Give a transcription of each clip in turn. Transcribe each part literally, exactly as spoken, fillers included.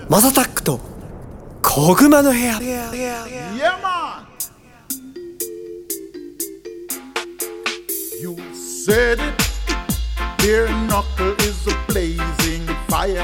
マサタックと小熊の部屋。 Yeah, man. You said it. Bare knuckle is a blazing fire.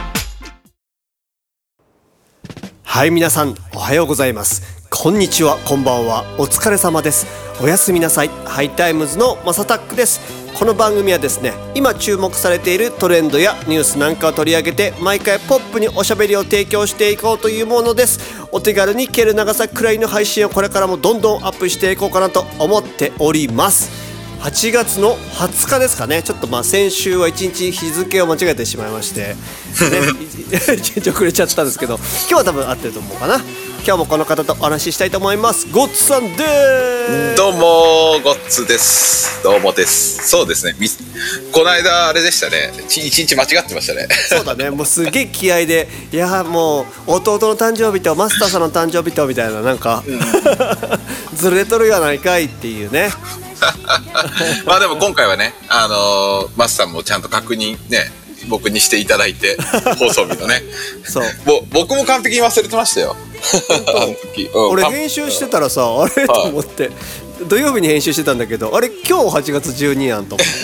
はい、皆さんおはようございます。こんにちは、こんばんは、お疲れ様です。おやすみなさい。ハイタイムズのマサタックです。この番組はですね、今注目されているトレンドやニュースなんかを取り上げて、毎回ポップにおしゃべりを提供していこうというものです。お手軽に聞ける長さくらいの配信をこれからもどんどんアップしていこうかなと思っております。はちがつのはつかですかね。ちょっとまあ先週はいちにち日付を間違えてしまいまして、ね、いちにち遅れちゃったんですけど、今日は多分合ってると思うかな。今日もこの方とお話ししたいと思います。ゴッツさんでーす。 どうもゴッツです。どうもです。そうですね、この間あれでしたね、一日間違ってましたね。 そうだね、もうすげえ気合で、いやもう弟の誕生日とマスターさんの誕生日とみたいな、なんか、うん、ずれとるやないかいっていうね。 まあでも今回はね、あのー、マスターもちゃんと確認ね、僕にしていただいて、放送日のね。 そう。 も僕も完璧に忘れてましたよ。あの時、うん、 俺編集してたらさ、あれと思って、土曜日に編集してたんだけど、あれ今日はちがつじゅうにやんと思って。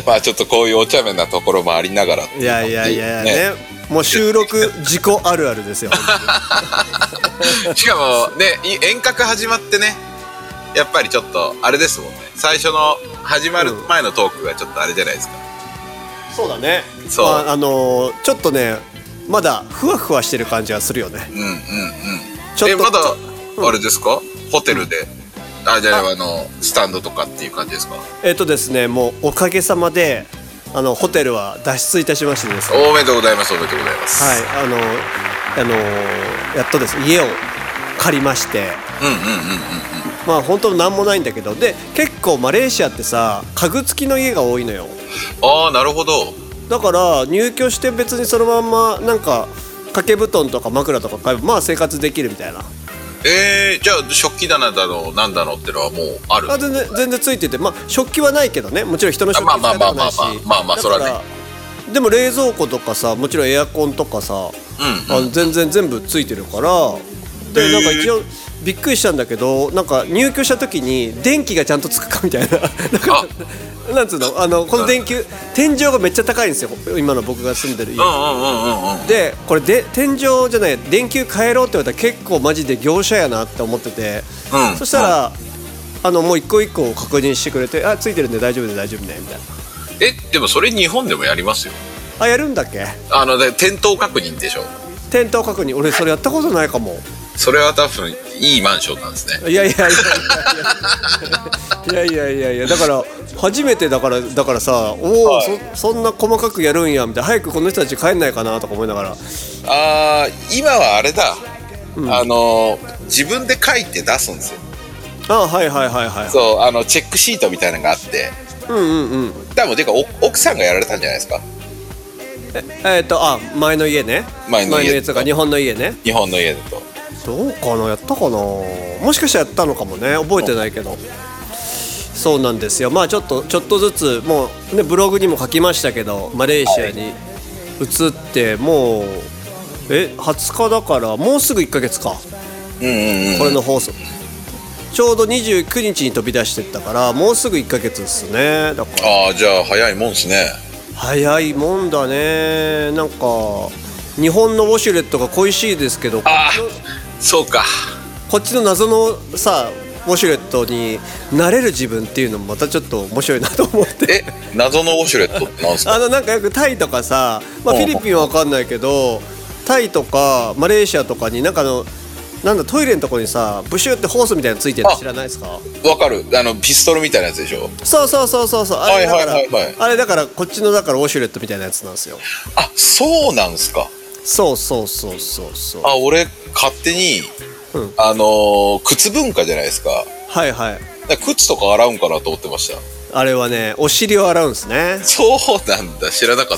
まあちょっとこういうお茶目なところもありながら。 いやいやいやね、もう収録事故あるあるですよ。 しかもね、遠隔始まってね、やっぱりちょっとあれですもんね。最初の始まる前のトークがちょっとあれじゃないですか。 うん、そうだね。 そう、 まあ、あのー、ちょっとね、まだふわふわしてる感じはするよね。 うんうんうん。 ちょっとえ、まだ、 うん、 あれですか？ホテルで、あ、じゃあ、あのスタンドとかっていう感じですか？ えっとですね、もうおかげさまであのホテルは脱出いたしましてですね。 おめでとうございます。おめでとうございます。 はい、あのあのやっとですね、家を借りまして。 うんうんうんうんうん。 まあ本当なんもないんだけど、で結構マレーシアってさ、家具付きの家が多いのよ。 ああ、なるほど。 だから入居して別にそのまんまなんか掛け布団とか枕とか買えばまあ生活できるみたいな。 えー、じゃあ食器棚だのなんだのってのはもうある？ あ、全然全然ついてて、まあ食器はないけどね、もちろん人の食器使ってはないし、 まあまあそれはね。 でも冷蔵庫とかさ、もちろんエアコンとかさ、うんうん、あの全然全部ついてるから。でなんか一応びっくりしたんだけど、なんか入居した時に電気がちゃんとつくかみたいな。なんかなんつうの、あのこの電球、天井がめっちゃ高いんですよ、今の僕が住んでる家。でこれで天井じゃない、電球変えろって言われたら結構マジで業者やなって思ってて、うん、そしたら、うん、あのもう一個一個確認してくれて、あ、ついてるんで大丈夫で大丈夫ねみたいな。 え、でもそれ日本でもやりますよ。 あ、やるんだっけ？あので店頭確認でしょ。 店頭確認、俺それやったことないかも。それは多分いいマンションなんですね。 いやいやいやいやいやいやいや、だから初めてだからだからさ、おお、はい、そ, そんな細かくやるんやみたいな、早くこの人たち帰んないかなとか思いながら。 あー、今はあれだ、うん、あの自分で書いて出すんですよ。 あ、はいはいはいはい。 そう、あのチェックシートみたいなのがあって、 うんうんうん。 多分てか奥さんがやられたんじゃないですか。 ええー、っとあ前の家ね。 前の家。前のやつが日本の家ね。 日本の家だと。 どうかな、やったかな、もしかしたらやったのかもね、覚えてないけど。そうなんですよ。まあちょっとちょっとずつもうね、ブログにも書きましたけど、マレーシアに移ってもうえはつかだからもうすぐいっかげつか。 うんうんうん。 これの放送ちょうどにじゅうくにちに飛び出してったからもうすぐいっかげつですね。だから、 ああ、じゃあ早いもんですね。 早いもんだね。なんか日本のウォシュレットが恋しいですけど、 ああ、そうか。 こっちの謎のさ、ウォシュレットに慣れる自分っていうのもまたちょっと面白いなと思って。 え、謎のウォシュレットってなんですか？ あのなんかよくタイとかさ、まあ、フィリピンは分かんないけど、タイとかマレーシアとかになんかのなんだ、トイレのところにさ、ブシュってホースみたいなのついてるの知らないですか？ わかる、あのピストルみたいなやつでしょ。 そうそうそうそうそう、あれだから、 はいはいはいはい、 あれだからこっちのだからウォシュレットみたいなやつなんですよ。 あ、そうなんですか。 そうそうそうそうそう。 あ、俺勝手に、うん、あのー、靴文化じゃないですか。 はいはい。 だから靴とか洗うんかなと思ってました。 あれはね、お尻を洗うんですね。 そうなんだ、知らなかった。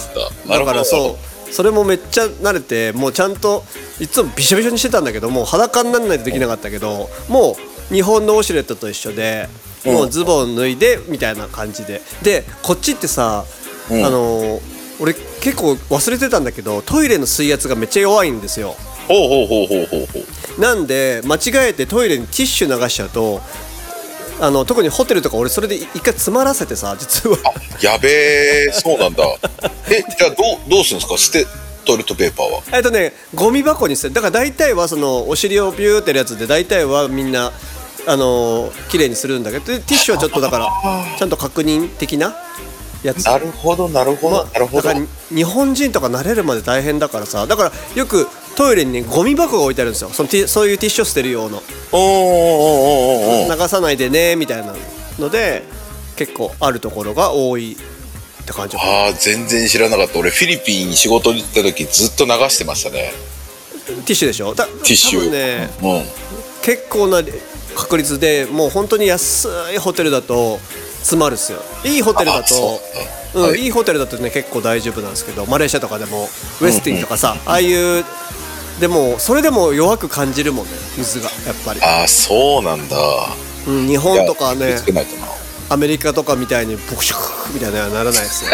だからそう、それもめっちゃ慣れて、もうちゃんといつもびしょびしょにしてたんだけど、もう裸にならないとできなかったけど、もう日本のウォシュレットと一緒で、もうズボン脱いでみたいな感じで、でこっちってさ、うん、あの俺結構忘れてたんだけどトイレの水圧がめっちゃ弱いんですよ。 ほうほうほうほうほうほう。 なんで間違えてトイレにティッシュ流しちゃうとあの特にホテルとか俺それで一回詰まらせてさ実はあやべえそうなんだえじゃあどうどうするんですか捨てトイレットペーパーは。 えっとねゴミ箱に捨てる。だから大体はそのお尻をビューってやるやつで大体はみんなあのー、綺麗にするんだけどティッシュはちょっとだからちゃんと確認的なやつ。 なるほどなるほど、まあ、なるほど。 だから日本人とか慣れるまで大変だからさだからよくトイレにねゴミ箱が置いてあるんですよ。そのティそういうティッシュを捨てる用の。 おーおーおーおー流さないでねみたいなので結構あるところが多いって感じ。 ああ全然知らなかった。俺フィリピンに仕事に行った時ずっと流してましたね。 ティッシュでしょ。だティッシュ多分ね、 うん、 結構な確率でもう本当に安いホテルだと詰まるっすよ。いいホテルだとう、うんはい、いいホテルだとね結構大丈夫なんですけどマレーシアとかでもウェスティンとかさ、うんうん、ああいうでもそれでも弱く感じるもんね水がやっぱり。 ああそうなんだ、 うん、日本とかねアメリカとかみたいにポクシュクみたいなのはならないですよ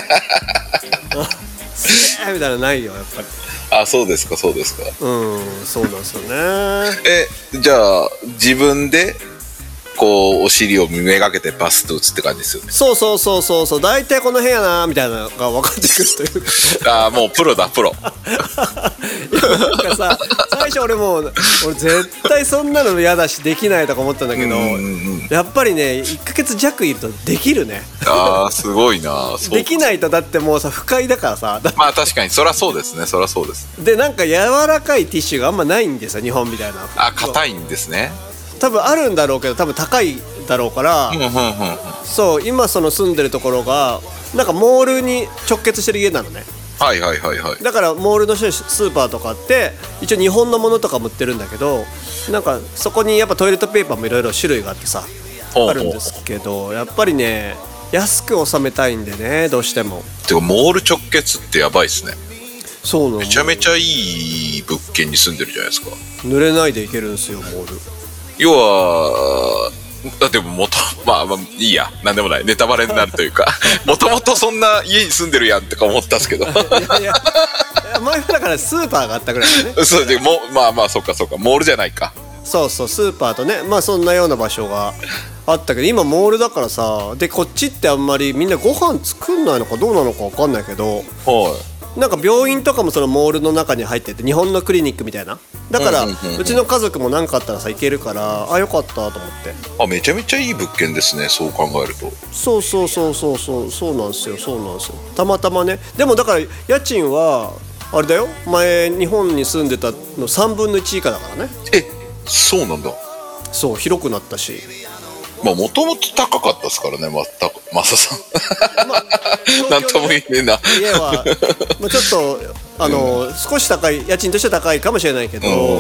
すげーみたいなのないよやっぱり。 あそうですかそうですか。 うんそうなんですよね。 えじゃあ自分でこうお尻をめがけてバスと打つって感じですよね。 そうそうそうそうそう大体この辺やなみたいなのが分かってくるというかああもうプロだプロなんかさ最初俺もう俺絶対そんなの嫌だしできないとか思ったんだけど、うんうんうん、やっぱりねいっかげつ弱いるとできるね。 あーすごいなできないとだってもうさ不快だからさまあ確かにそりゃそうですねそりゃそうです。 でなんか柔らかいティッシュがあんまないんですよ日本みたいな。 あ硬いんですね。 多分あるんだろうけど多分高いだろうから、うんうんうん、そう今その住んでるところがなんかモールに直結してる家なのね。 はいはいはいはい。 だからモールのスーパーとかって一応日本のものとかも売ってるんだけどなんかそこにやっぱトイレットペーパーもいろいろ種類があってさあるんですけどやっぱりね安く収めたいんでねどうしても。 てかモール直結ってやばいっすね。 そうなの。 めちゃめちゃいい物件に住んでるじゃないですか。 濡れないで行けるんですよモール。 要はだってもとまあまあいいやなんでもないネタバレになるというかもともとそんな家に住んでるやんとか思ったんですけどいやいや前だからスーパーがあったぐらいだねそうでもまあまあそっかそっかモールじゃないか。 そうそうスーパーとねまあそんなような場所があったけど今モールだからさでこっちってあんまりみんなご飯作んないのかどうなのか分かんないけど、はいなんか病院とかもそのモールの中に入ってて日本のクリニックみたいなだから、うんうんうんうん、うちの家族も何かあったらさ行けるからあよかったと思って。 あめちゃめちゃいい物件ですねそう考えると。 そうそうそうそうそうそうなんですよそうなんですよたまたまね。でもだから家賃はあれだよ前日本に住んでたのさんぶんのいち以下だからね。 えそうなんだ。そう広くなったしまあもともと高かったですからねまたマサさん、まあ、なんとも言えねえな家は、まあ、ちょっとあの、うん、少し高い家賃としては高いかもしれないけど、うん、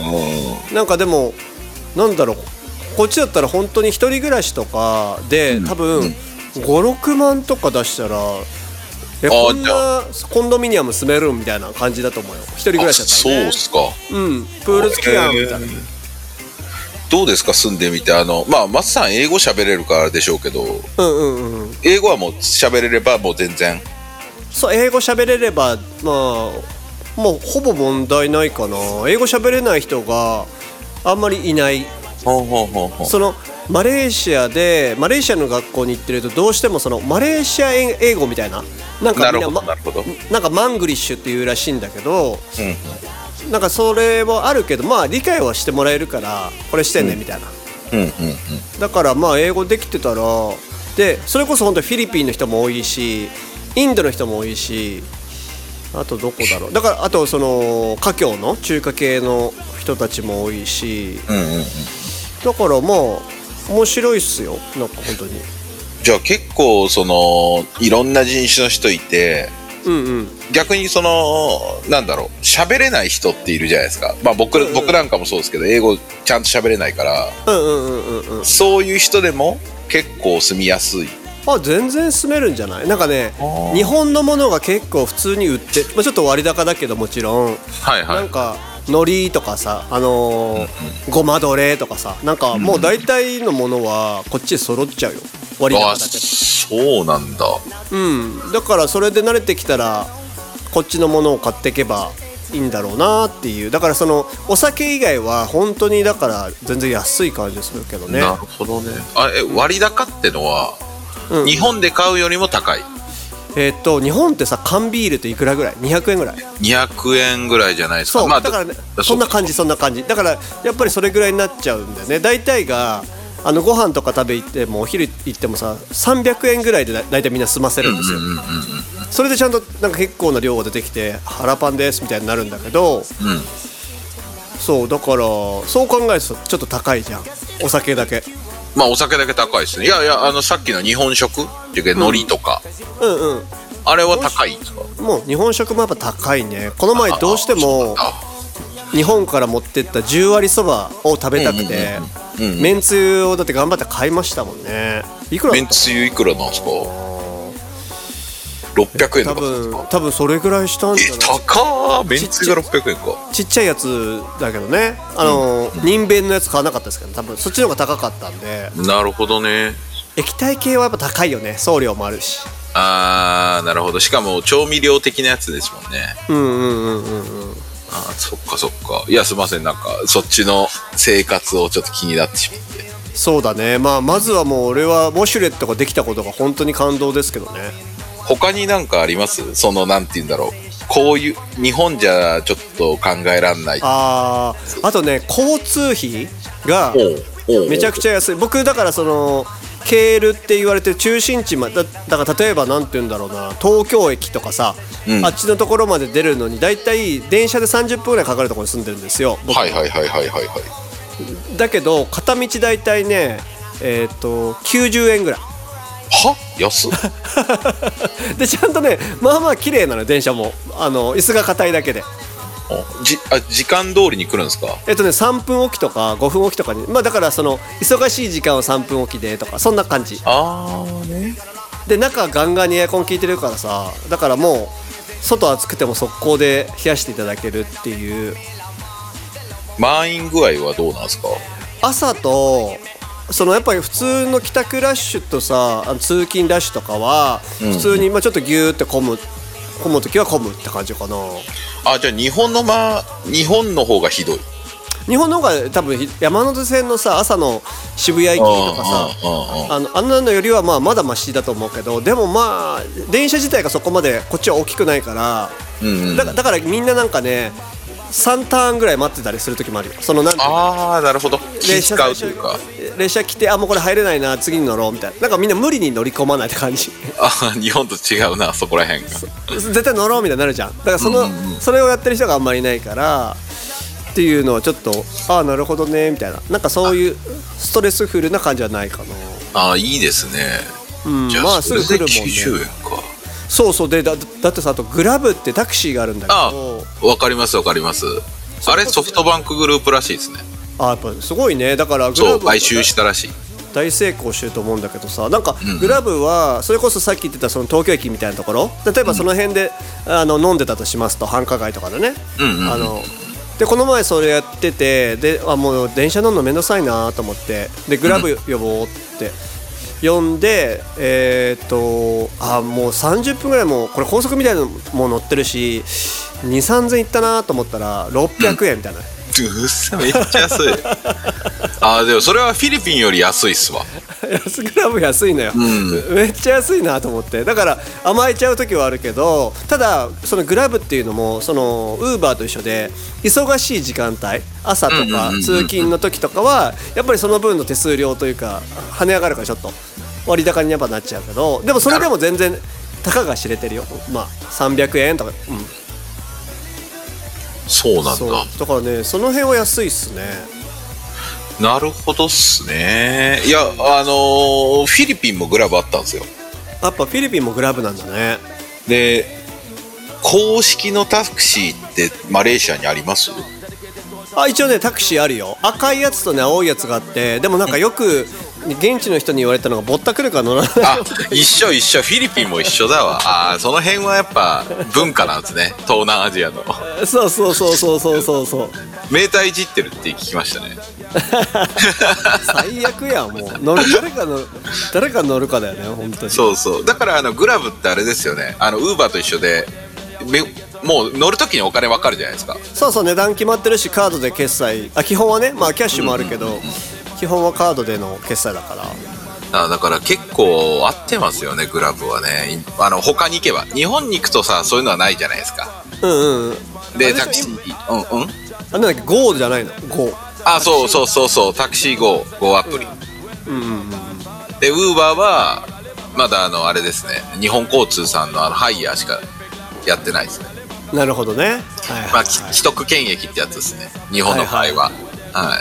なんかでもなんだろうこっちだったら本当に一人暮らしとかで、うん、多分、うん、ごろくまんとか出したらえこんなコンドミニアム住めるみたいな感じだと思うよ一人暮らしだったらね。そうっすか。うんプール付きやんみたいな。 どうですか住んでみてあのまあ松さん英語喋れるからでしょうけど、うんうんうん、英語はもう喋れればもう全然そう英語喋れればまあもうほぼ問題ないかな。英語喋れない人があんまりいない。ほうほうほうほうそのマレーシアでマレーシアの学校に行ってるとどうしてもそのマレーシア英語みたいななんかみんな、ま、なんかマングリッシュっていうらしいんだけど、うんうん、なんかそれはあるけどまあ理解はしてもらえるからこれしてねみたいな、うんうんうんうん、だからまあ英語できてたらでそれこそ本当にフィリピンの人も多いしインドの人も多いしあとどこだろうだからあとその華僑の中華系の人たちも多いし、うんうんうん、だからまあ面白いっすよなんか本当に。 じゃあ結構そのいろんな人種の人いて、うんうん、逆にそのなんだろう喋れない人っているじゃないですか、まあ 僕, うんうん、僕なんかもそうですけど英語ちゃんと喋れないから、うんうんうんうん、そういう人でも結構住みやすい。 あ全然住めるんじゃない。なんかね日本のものが結構普通に売って、まあ、ちょっと割高だけどもちろん、はいはい、なんか海苔とかさ、あのーうんうん、ごまどれとかさなんかもう大体のものはこっちで揃っちゃうよ割高だあ、 けど。 そうなんだ。 うん、だからそれで慣れてきたらこっちのものを買っていけばいいんだろうなっていう。だからそのお酒以外は本当にだから全然安い感じするけどね。 なるほどね。あ、え、割高ってのは、うん、日本で買うよりも高い？ えー、っと日本ってさ缶ビールっていくらぐらい？にひゃくえんぐらい？ にひゃくえんぐらいじゃないですか。 そう、 まあ、 だからね、そんな感じそんな感じだからやっぱりそれぐらいになっちゃうんだよね。大体があのご飯とか食べ行ってもお昼行ってもささんびゃくえんぐらいでだいたいみんな済ませるんですよ。それでちゃんとなんか結構な量が出てきて腹パンですみたいになるんだけど、うん、そうだからそう考えるとちょっと高いじゃんお酒だけ。 まあお酒だけ高いですね。いやいや、あのさっきの日本食っていうか海苔とか、うん、うんうんあれは高いんですか？ もう日本食もやっぱ高いね。この前どうしても日本から持ってったじゅう割そばを食べたくて、うんうんうんうん、めんつゆをだって頑張って買いましたもんね。いくらだった？めんつゆいくらなんですか？ろっぴゃくえんとかですか？ 多分多分それぐらいしたんじゃない？ え、高ー。めんつゆがろっぴゃくえんか。 ちっちゃいやつだけどね、あの、うん、人弁のやつ買わなかったですけど多分そっちの方が高かったんで。 なるほどね。 液体系はやっぱ高いよね。送料もあるし。 あー、なるほど。しかも調味料的なやつですもんね。 うんうんうんうんうん。 あ、そっかそっか。いやすいません、なんかそっちの生活をちょっと気になってしまって。 そうだね。まあまずはもう俺はウォシュレットができたことが本当に感動ですけどね。 他になんかあります？そのなんて言うんだろう、こういう日本じゃちょっと考えらんない。 ああ、あとね交通費がめちゃくちゃ安い。僕だからそのケールって言われてる中心地まで だ, だから例えばなんて言うんだろうな、東京駅とかさ、うん、あっちのところまで出るのにだいたい電車でさんじゅっぷんぐらいかかるところに住んでるんですよ僕。 はいはいはいはいはいはい。 だけど片道だいたいねえっ、ー、ときゅうじゅうえんぐらい。 は？安っでちゃんとねまあまあ綺麗なの電車も、あの椅子が硬いだけで。 じあ時間通りに来るんですか？ えっとねさんぷんおきとかごふんおきとかに、まあだからその忙しい時間はさんぷんおきでとかそんな感じ。 あーね。 で中ガンガンにエアコン効いてるからさ、だからもう外暑くても速攻で冷やしていただけるっていう。 満員具合はどうなんですか？ 朝とそのやっぱり普通の帰宅ラッシュとさ、あの通勤ラッシュとかは普通にまあちょっとギューって混む混む時は混むって感じかな。 あ、じゃあ日本のまあ日本の方がひどい。 日本の方が多分山手線のさ朝の渋谷駅とかさ、あのあんなのよりはまあまだマシだと思うけど、でもまあ電車自体がそこまでこっちは大きくないから、うんうん、だ, だからみんななんかねさんターンぐらい待ってたりする時もあるよ。そのなんていうの、 あーなるほど、気使うというか列車来てあもうこれ入れないな次に乗ろうみたいな、なんかみんな無理に乗り込まないって感じ。 あ日本と違うなそこらへんが。 絶対乗ろうみたいになるじゃん。だからその、うんうん、それをやってる人があんまりいないからっていうのはちょっとああなるほどねみたいな、なんかそういうストレスフルな感じはないかな。 ああいいですね。 うん、じゃあまあすぐ来るもんね。 きゅうじゅうえんか。そうそうで だ, だってさあとグラブってタクシーがあるんだけど。 あわかりますわかります。あれソフトバンクグループらしいですね。 あやっぱすごいね。だからグラブそう買収したらしい。 大成功してると思うんだけどさ、なんかグラブはそれこそさっき言ってたその東京駅みたいなところ、例えばその辺で、うん、あの飲んでたとしますと繁華街とかでね、うんうんうん、あのでこの前それやっててであもう電車乗るのめんどくさいなと思ってでグラブ呼ぼうって呼んで、うん、えー、っとあもうさんじゅっぷんぐらいもこれ高速みたいなのも乗ってるしにせんさんぜんいったなと思ったらろっぴゃくえんみたいな、うんうっさめっちゃ安いあでもそれはフィリピンより安いっすわ。 安グラブ安いのよ、うん、めっちゃ安いなと思って。だから甘えちゃう時はあるけど、ただそのグラブっていうのもそのウーバーと一緒で忙しい時間帯朝とか通勤の時とかはやっぱりその分の手数料というか跳ね上がるからちょっと割高にやっぱなっちゃうけど、でもそれでも全然たかが知れてるよ。まあさんびゃくえんとか、うんそうなんだ。そうだからねその辺は安いっすね。 なるほどっすね。いやあのー、フィリピンもグラブあったんですよ。 やっぱフィリピンもグラブなんだね。 で公式のタクシーってマレーシアにあります？ あ一応ねタクシーあるよ。赤いやつとね青いやつがあって、でもなんかよく現地の人に言われたのがぼったくるか乗らないあ一緒一緒フィリピンも一緒だわあその辺はやっぱ文化なんですね東南アジアのそうそうそうそうそうそうそうメーターいじってるって聞きましたね最悪やんもう乗る誰かの誰か乗るかだよね本当にそうそうだからあのグラブってあれですよねあのウーバーと一緒でもう乗るときにお金分かるじゃないですかそうそう値段決まってるしカードで決済あ基本はねまあキャッシュもあるけど、うんうんうんうん、基本はカードでの決済だからあだから結構合ってますよねグラブはねあの他に行けば日本に行くとさそういうのはないじゃないですかうんうんでタクシーうんうんあなんだっけ ゴー じゃないの ゴーあそうそうそうそうタクシー ゴー ゴー アプリ、うん、うんうんうんでウーバーはまだあのあれですね日本交通さんのあのハイヤーしかやってないですねなるほどね、はいはいはい、 まあ既得権益ってやつですね日本の場合は、はいはいはい、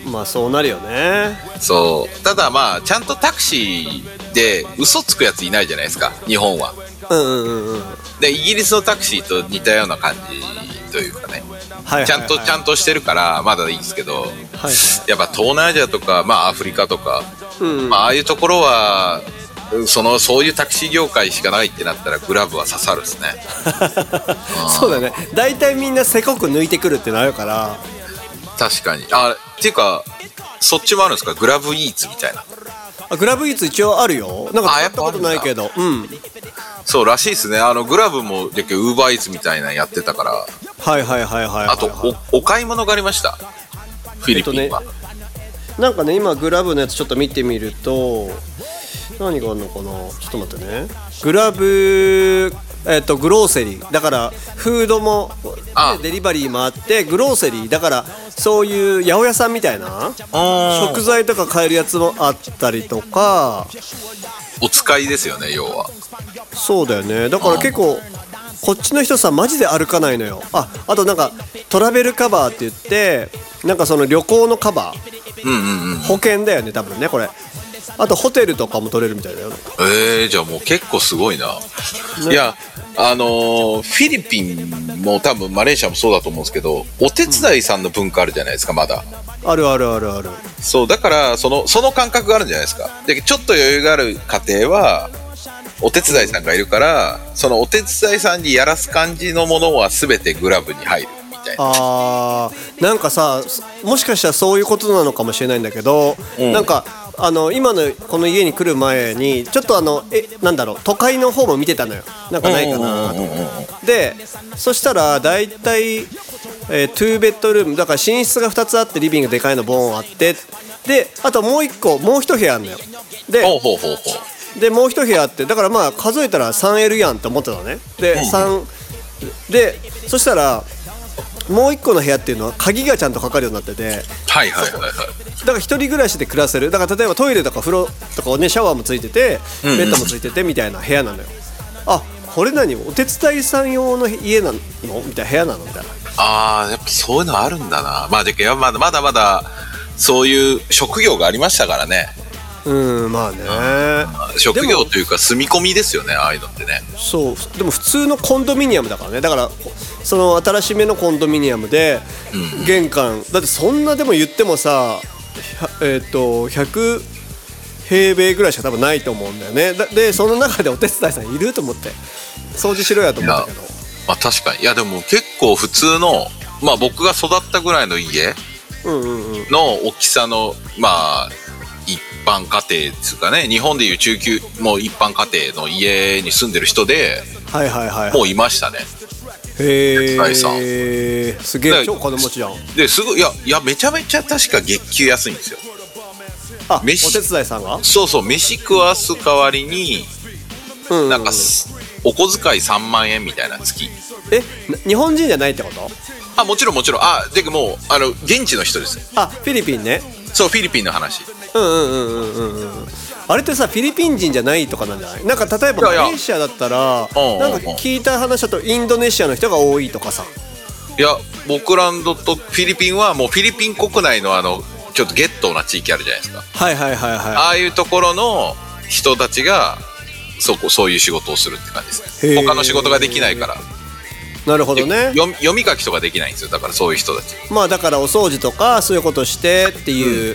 まあそうなるよねそうただまあちゃんとタクシーで嘘つくやついないじゃないですか日本はうんうんうんうんでイギリスのタクシーと似たような感じというかね、はいはいはい、ちゃんとちゃんとしてるからまだいいんですけど、はいはい、やっぱ東南アジアとかまあアフリカとか、うんうんまあ、ああいうところはそのそういうタクシー業界しかないってなったらグラブは刺さるですねそうだね大体みんなせこく抜いてくるってなるから確かにあっていうかそっちもあるんですかグラブイーツみたいなあグラブイーツ一応あるよなんか使ったことないけどうんそうらしいですねあのグラブもウーバーイーツみたいなのやってたからはいはいはいはい、はい、 あと お, お買い物がありましたフィリピンは、えっとね、 なんかね今グラブのやつちょっと見てみると何があるのかなちょっと待ってねグラブえっとグローセリーだからフードもデリバリーもあってグローセリーだからそういう八百屋さんみたいな食材とか買えるやつもあったりとかお使いですよね要はそうだよねだから結構こっちの人さマジで歩かないのよああとなんかトラベルカバーって言ってなんかその旅行のカバー、うんうんうん、保険だよね多分ねこれあとホテルとかも取れるみたいだよえー、じゃあもう結構すごいな、ね、いやあのー、フィリピンも多分マレーシアもそうだと思うんですけどお手伝いさんの文化あるじゃないですかまだあるあるあるあるそうだからそのその感覚があるんじゃないですかでちょっと余裕がある家庭はお手伝いさんがいるからそのお手伝いさんにやらす感じのものは全てグラブに入るみたいなあーなんかさもしかしたらそういうことなのかもしれないんだけど、うん、なんかあの今のこの家に来る前にちょっとあのえなんだろう都会の方も見てたのよなんかないかなと思ってでそしたらだいたい、えー、にベッドルームだから寝室がふたつあってリビングでかいのボンあってであともういっこもう一部屋あるのよでほうほうほうほうでもう一部屋あってだからまあ数えたら スリーエル やんって思ってたのねで、うん、さんでそしたらもう一個の部屋っていうのは鍵がちゃんとかかるようになっててはいはいはいはいだから一人暮らしで暮らせるだから例えばトイレとか風呂とかねシャワーもついててベッドもついててみたいな部屋なのよ、うんうん、あこれ何お手伝いさん用の家なのみたいな部屋なのみたいなあーやっぱそういうのあるんだなまあでまだまだまだそういう職業がありましたからねうんまあね職業というか住み込みですよねああいうのってねそうでも普通のコンドミニアムだからねだからその新しめのコンドミニアムで、うん、玄関だってそんなでも言ってもさえっとひゃく平米ぐらいしか多分ないと思うんだよねでその中でお手伝いさんいると思って掃除しろやと思ったけどまあ確かにいやでも結構普通のまあ僕が育ったぐらいの家の大きさのまあ一般家庭ですかね日本でいう中級もう一般家庭の家に住んでる人で、はいはいはいはい、もういましたねへえすげえ超金持ちじゃんですごいいやいやめちゃめちゃ確か月給安いんですよあお手伝いさんがそうそう飯食わす代わりに、うんうんうん、なんかお小遣いさんまんえんみたいな月え日本人じゃないってことあもちろんもちろんあでもうあの現地の人ですあフィリピンねそうフィリピンの話うんうんうんうんうんうんあれってさフィリピン人じゃないとかなんじゃないなんか例えばマレーシアだったらなんか聞いた話だとインドネシアの人が多いとかさいやボクランドとフィリピンはもうフィリピン国内のあのちょっとゲットーな地域あるじゃないですかはいはいはいはいああいうところの人たちがそこそういう仕事をするって感じですね他の仕事ができないからなるほどね読み、読み書きとかできないんですよだからそういう人たちまあだからお掃除とかそういうことしてっていう、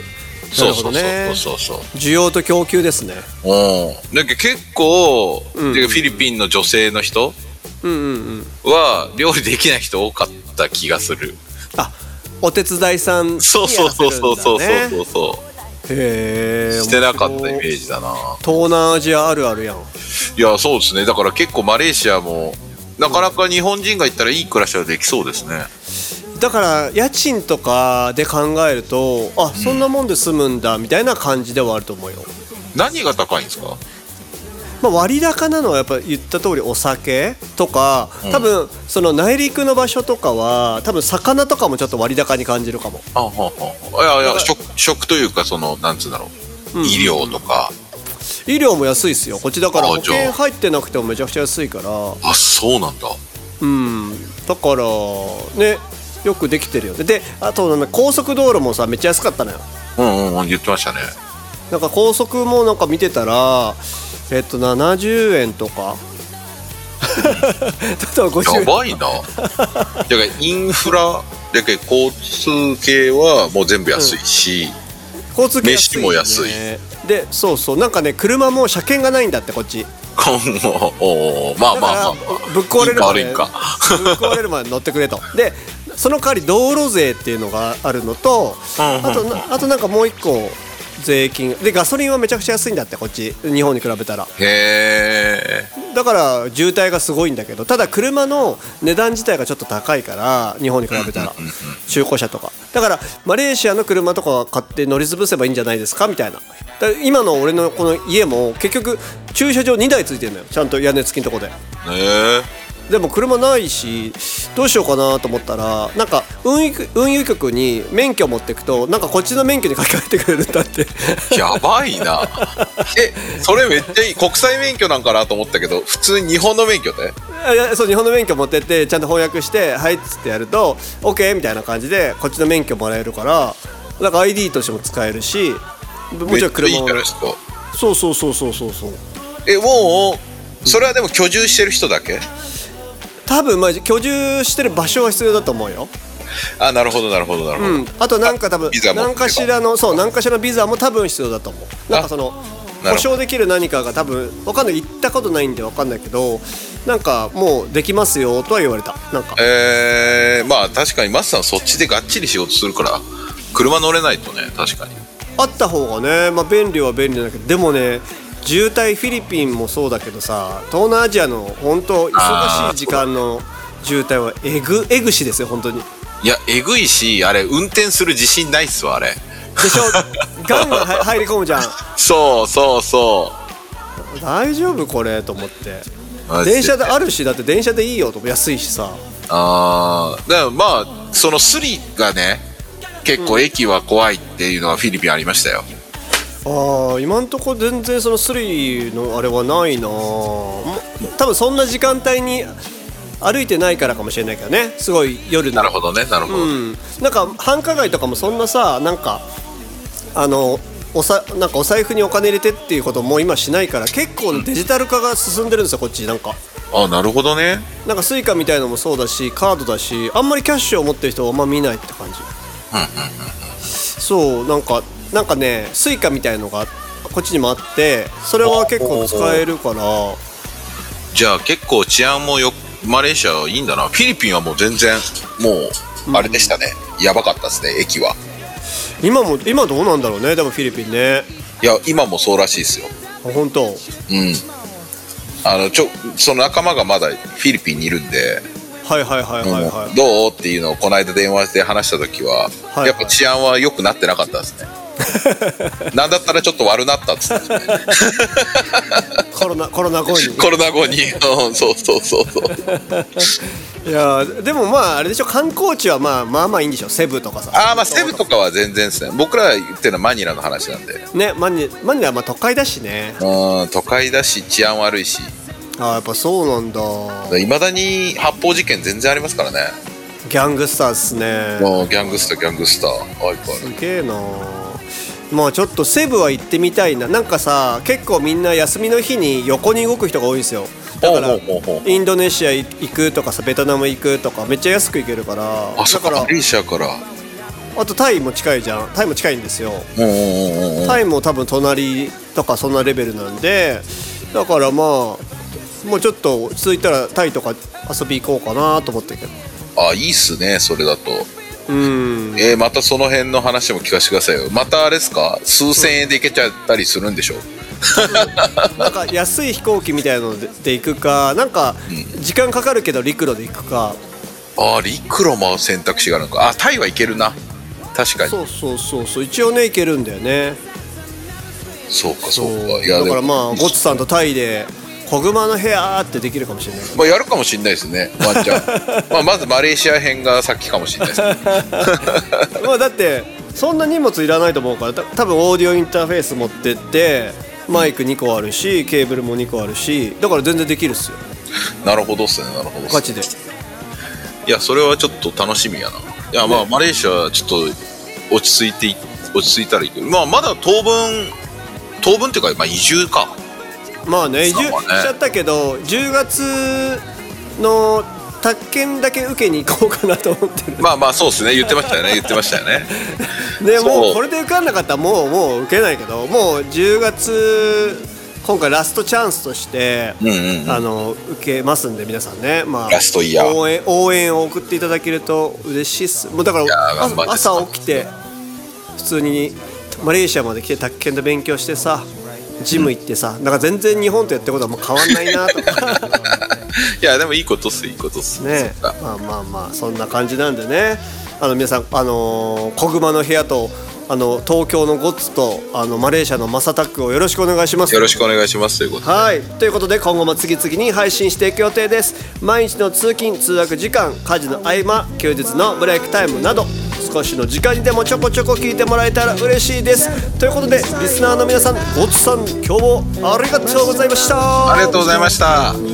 そうそうそうそうそう、 需要と供給ですね。 うん。だけど結構、うん、フィリピンの女性の人は料理できない人多かった気がする。 あ、お手伝いさんにやらせるんだね。 そうそうそうそうそうそうそう。 へえ。 してなかったイメージだな。 東南アジアあるあるやん。 いや、そうですね。だから結構マレーシアもなかなか日本人が行ったらいい暮らしはできそうですね。 だから家賃とかで考えると、あ、そんなもんで済むんだみたいな感じではあると思うよ。 何が高いんですか？ まあ、割高なのはやっぱ言った通りお酒とか、多分その内陸の場所とかは多分魚とかもちょっと割高に感じるかも。 あはは。いやいや、食、食というかそのなんつうんだろう、うん、医療とか。 医療も安いですよこっちだから。保険入ってなくてもめちゃくちゃ安いから。 あ、そうなんだ。 うん、だからね、よくできてるよね。で、あとなんか高速道路もさめっちゃ安かったのよ。うんうん、言ってましたね。 なんか高速もなんか見てたらえっとななじゅうえんとかやばいな。だからインフラだけ交通系はもう全部安いし、 うん、交通系安い、ね、 飯も安いで、そうそう、なんかね車も車検がないんだってこっち。 おまあまあまあ、まあ、 ぶっ壊れるまでいいかぶっ壊れるまで乗ってくれと。でその代わり道路税っていうのがあるのと、あとあとなんかもう一個税金で、ガソリンはめちゃくちゃ安いんだってこっち、日本に比べたら。 へー。 だから渋滞がすごいんだけど、ただ車の値段自体がちょっと高いから日本に比べたら、中古車とかだからマレーシアの車とか買って乗り潰せばいいんじゃないですかみたいな。だ今の俺のこの家も結局駐車場にだいついてるのよ、ちゃんと屋根付きのとこで。 へー。 でも車ないしどうしようかなと思ったら、なんか運輸、運輸局に免許持っていくとなんかこっちの免許に書き換えてくれるんだってやばいな。え、それめっちゃいい。国際免許なんかなと思ったけど、普通に日本の免許で？ いや、そう、日本の免許持ってってちゃんと翻訳してはいっつってやると OK みたいな感じでこっちの免許もらえるから、なんか アイディー としても使えるし、もちろん車も。めっちゃいいじゃないですか。そうそうそうそうそうそう。 え、もうそれはでも居住してる人だけ？ 多分まあ居住してる場所は必要だと思うよ。 あ、なるほどなるほどなるほど、うん、 あとなんか多分何かしらの、そう、何かしらのビザも多分必要だと思う。なんかその保証できる何かが多分分かんない、行ったことないんで分かんないけど、なんかもうできますよとは言われた。なんかえー、まあ確かにマスさんそっちでがっちり仕事するから車乗れないとね、確かにあった方がね、まあ便利は便利だけど、でもね渋滞、フィリピンもそうだけどさ、東南アジアの本当忙しい時間の渋滞はえぐえぐしですよ本当に。 いや、えぐいし、あれ運転する自信ないっすわ、あれでしょ。ガンガン入り込むじゃん。 そうそうそう、 大丈夫これと思って。電車であるし、だって電車でいいよと、安いしさ。 あー、だからまあそのスリがね、結構駅は怖いっていうのはフィリピンありましたよ。 ああ、今んとこ全然そのスリのあれはないな。多分そんな時間帯に歩いてないからかもしれないけどね、すごい夜の。 なるほどね、なるほど、うん、 なんか繁華街とかもそんなさ、なんかあのおさなんかお財布にお金入れてっていうことも今しないから、結構デジタル化が進んでるんですよこっち。なんかあ、なるほどね。 なんかスイカみたいのもそうだし、カードだし、あんまりキャッシュを持ってる人はあんま見ないって感じ。そう、なんかなんかね、スイカみたいのがこっちにもあって、それは結構使えるから。 じゃあ結構治安もよ、マレーシアはいいんだな。フィリピンはもう全然もうあれでしたね、うん、やばかったですね、駅は。今も今どうなんだろうね、でもフィリピンね。 いや、今もそうらしいですよ。 あ、本当。うん。 あのちょその仲間がまだフィリピンにいるんで。 はいはいはいはいはい、 うん、どうっていうのをこの間電話で話した時は、はいはい、やっぱ治安は良くなってなかったですね。なんだったらちょっと悪なったっつって、ね、 コロナコロナ後にコロナ後に、うん、そうそうそうそういやでもまああれでしょ、観光地はまあまあまあいいんでしょ、セブとかさ。 ああ、まあセブとかは全然ですね。僕ら言ってるのはマニラの話なんでね。マニマニラはまあ都会だしね。 うん、都会だし治安悪いし。 ああ、やっぱそうなんだ。 いまだに発砲事件全然ありますからね。 ギャングスターっすね。 もうギャングスターギャングスターすげえな。まあちょっとセブは行ってみたいな。なんかさ、結構みんな休みの日に横に動く人が多いんですよ。だからインドネシア行くとかさ、ベトナム行くとかめっちゃ安く行けるから。 あ、そっか、マレーシアから。 あとタイも近いじゃん。タイも近いんですよ。 うんうんうんうん。 タイも多分隣とかそんなレベルなんで、だからまあもうちょっと落ち着いたらタイとか遊び行こうかなと思ってるけど。 あ、いいっすね、それだと。 うん。 えー、またその辺の話も聞かせてくださいよ。またあれですか、数千円で行けちゃったりするんでしょ。 なんか安い飛行機みたいなので行くか、なんか時間かかるけど陸路で行くか。 ああ、陸路も選択肢があるのか。あ、タイは行けるな。確かに。 そうそうそうそう、一応ね行けるんだよね。 そうかそうか。 いやだからまあゴッツさんとタイで小熊の部屋ってできるかもしれない。 まあやるかもしれないですね、ワンちゃん。まあまずマレーシア編が先かもしれないです、ね。 まあだってそんな荷物いらないと思うから、た多分オーディオインターフェース持ってってマイクにこあるしケーブルもにこあるし、だから全然できるっすよ。 なるほどっすね、なるほどっすね。 ガチで。 いやそれはちょっと楽しみやな。いやまあ、ね、マレーシアちょっと落ち着いて落ち着いたらいいけど、まあまだ当分当分っていうか、まあ移住か。 まあね、移住しちゃったけど、じゅうがつの宅建だけ受けに行こうかなと思ってる。 まあまあそうですね、言ってましたよね、言ってましたよね。 でもうこれで受かんなかったらもうもう受けないけど、もうじゅうがつ今回ラストチャンスとして、うんうんうん、あの受けますんで皆さんね、まあ、 ラストイヤー応援応援を送っていただけると嬉しいっす。もうだから朝起きて普通にマレーシアまで来て宅建で勉強してさ、ジム行ってさ、だから全然日本とやってることはもう変わんないなとか。 いやでもいいことっす、いいことっすね。まあまあまあそんな感じなんでね、あの皆さん、あのー、小熊の部屋とあの東京のゴッツとあのマレーシアのマサタックをよろしくお願いします。 よろしくお願いしますということで、 はい、ということで今後も次々に配信していく予定です。毎日の通勤通学時間、家事の合間、休日のブレイクタイムなど少しの時間にでもちょこちょこ聞いてもらえたら嬉しいです。ということでリスナーの皆さん、ゴッツさん今日もありがとうございました。 ありがとうございました。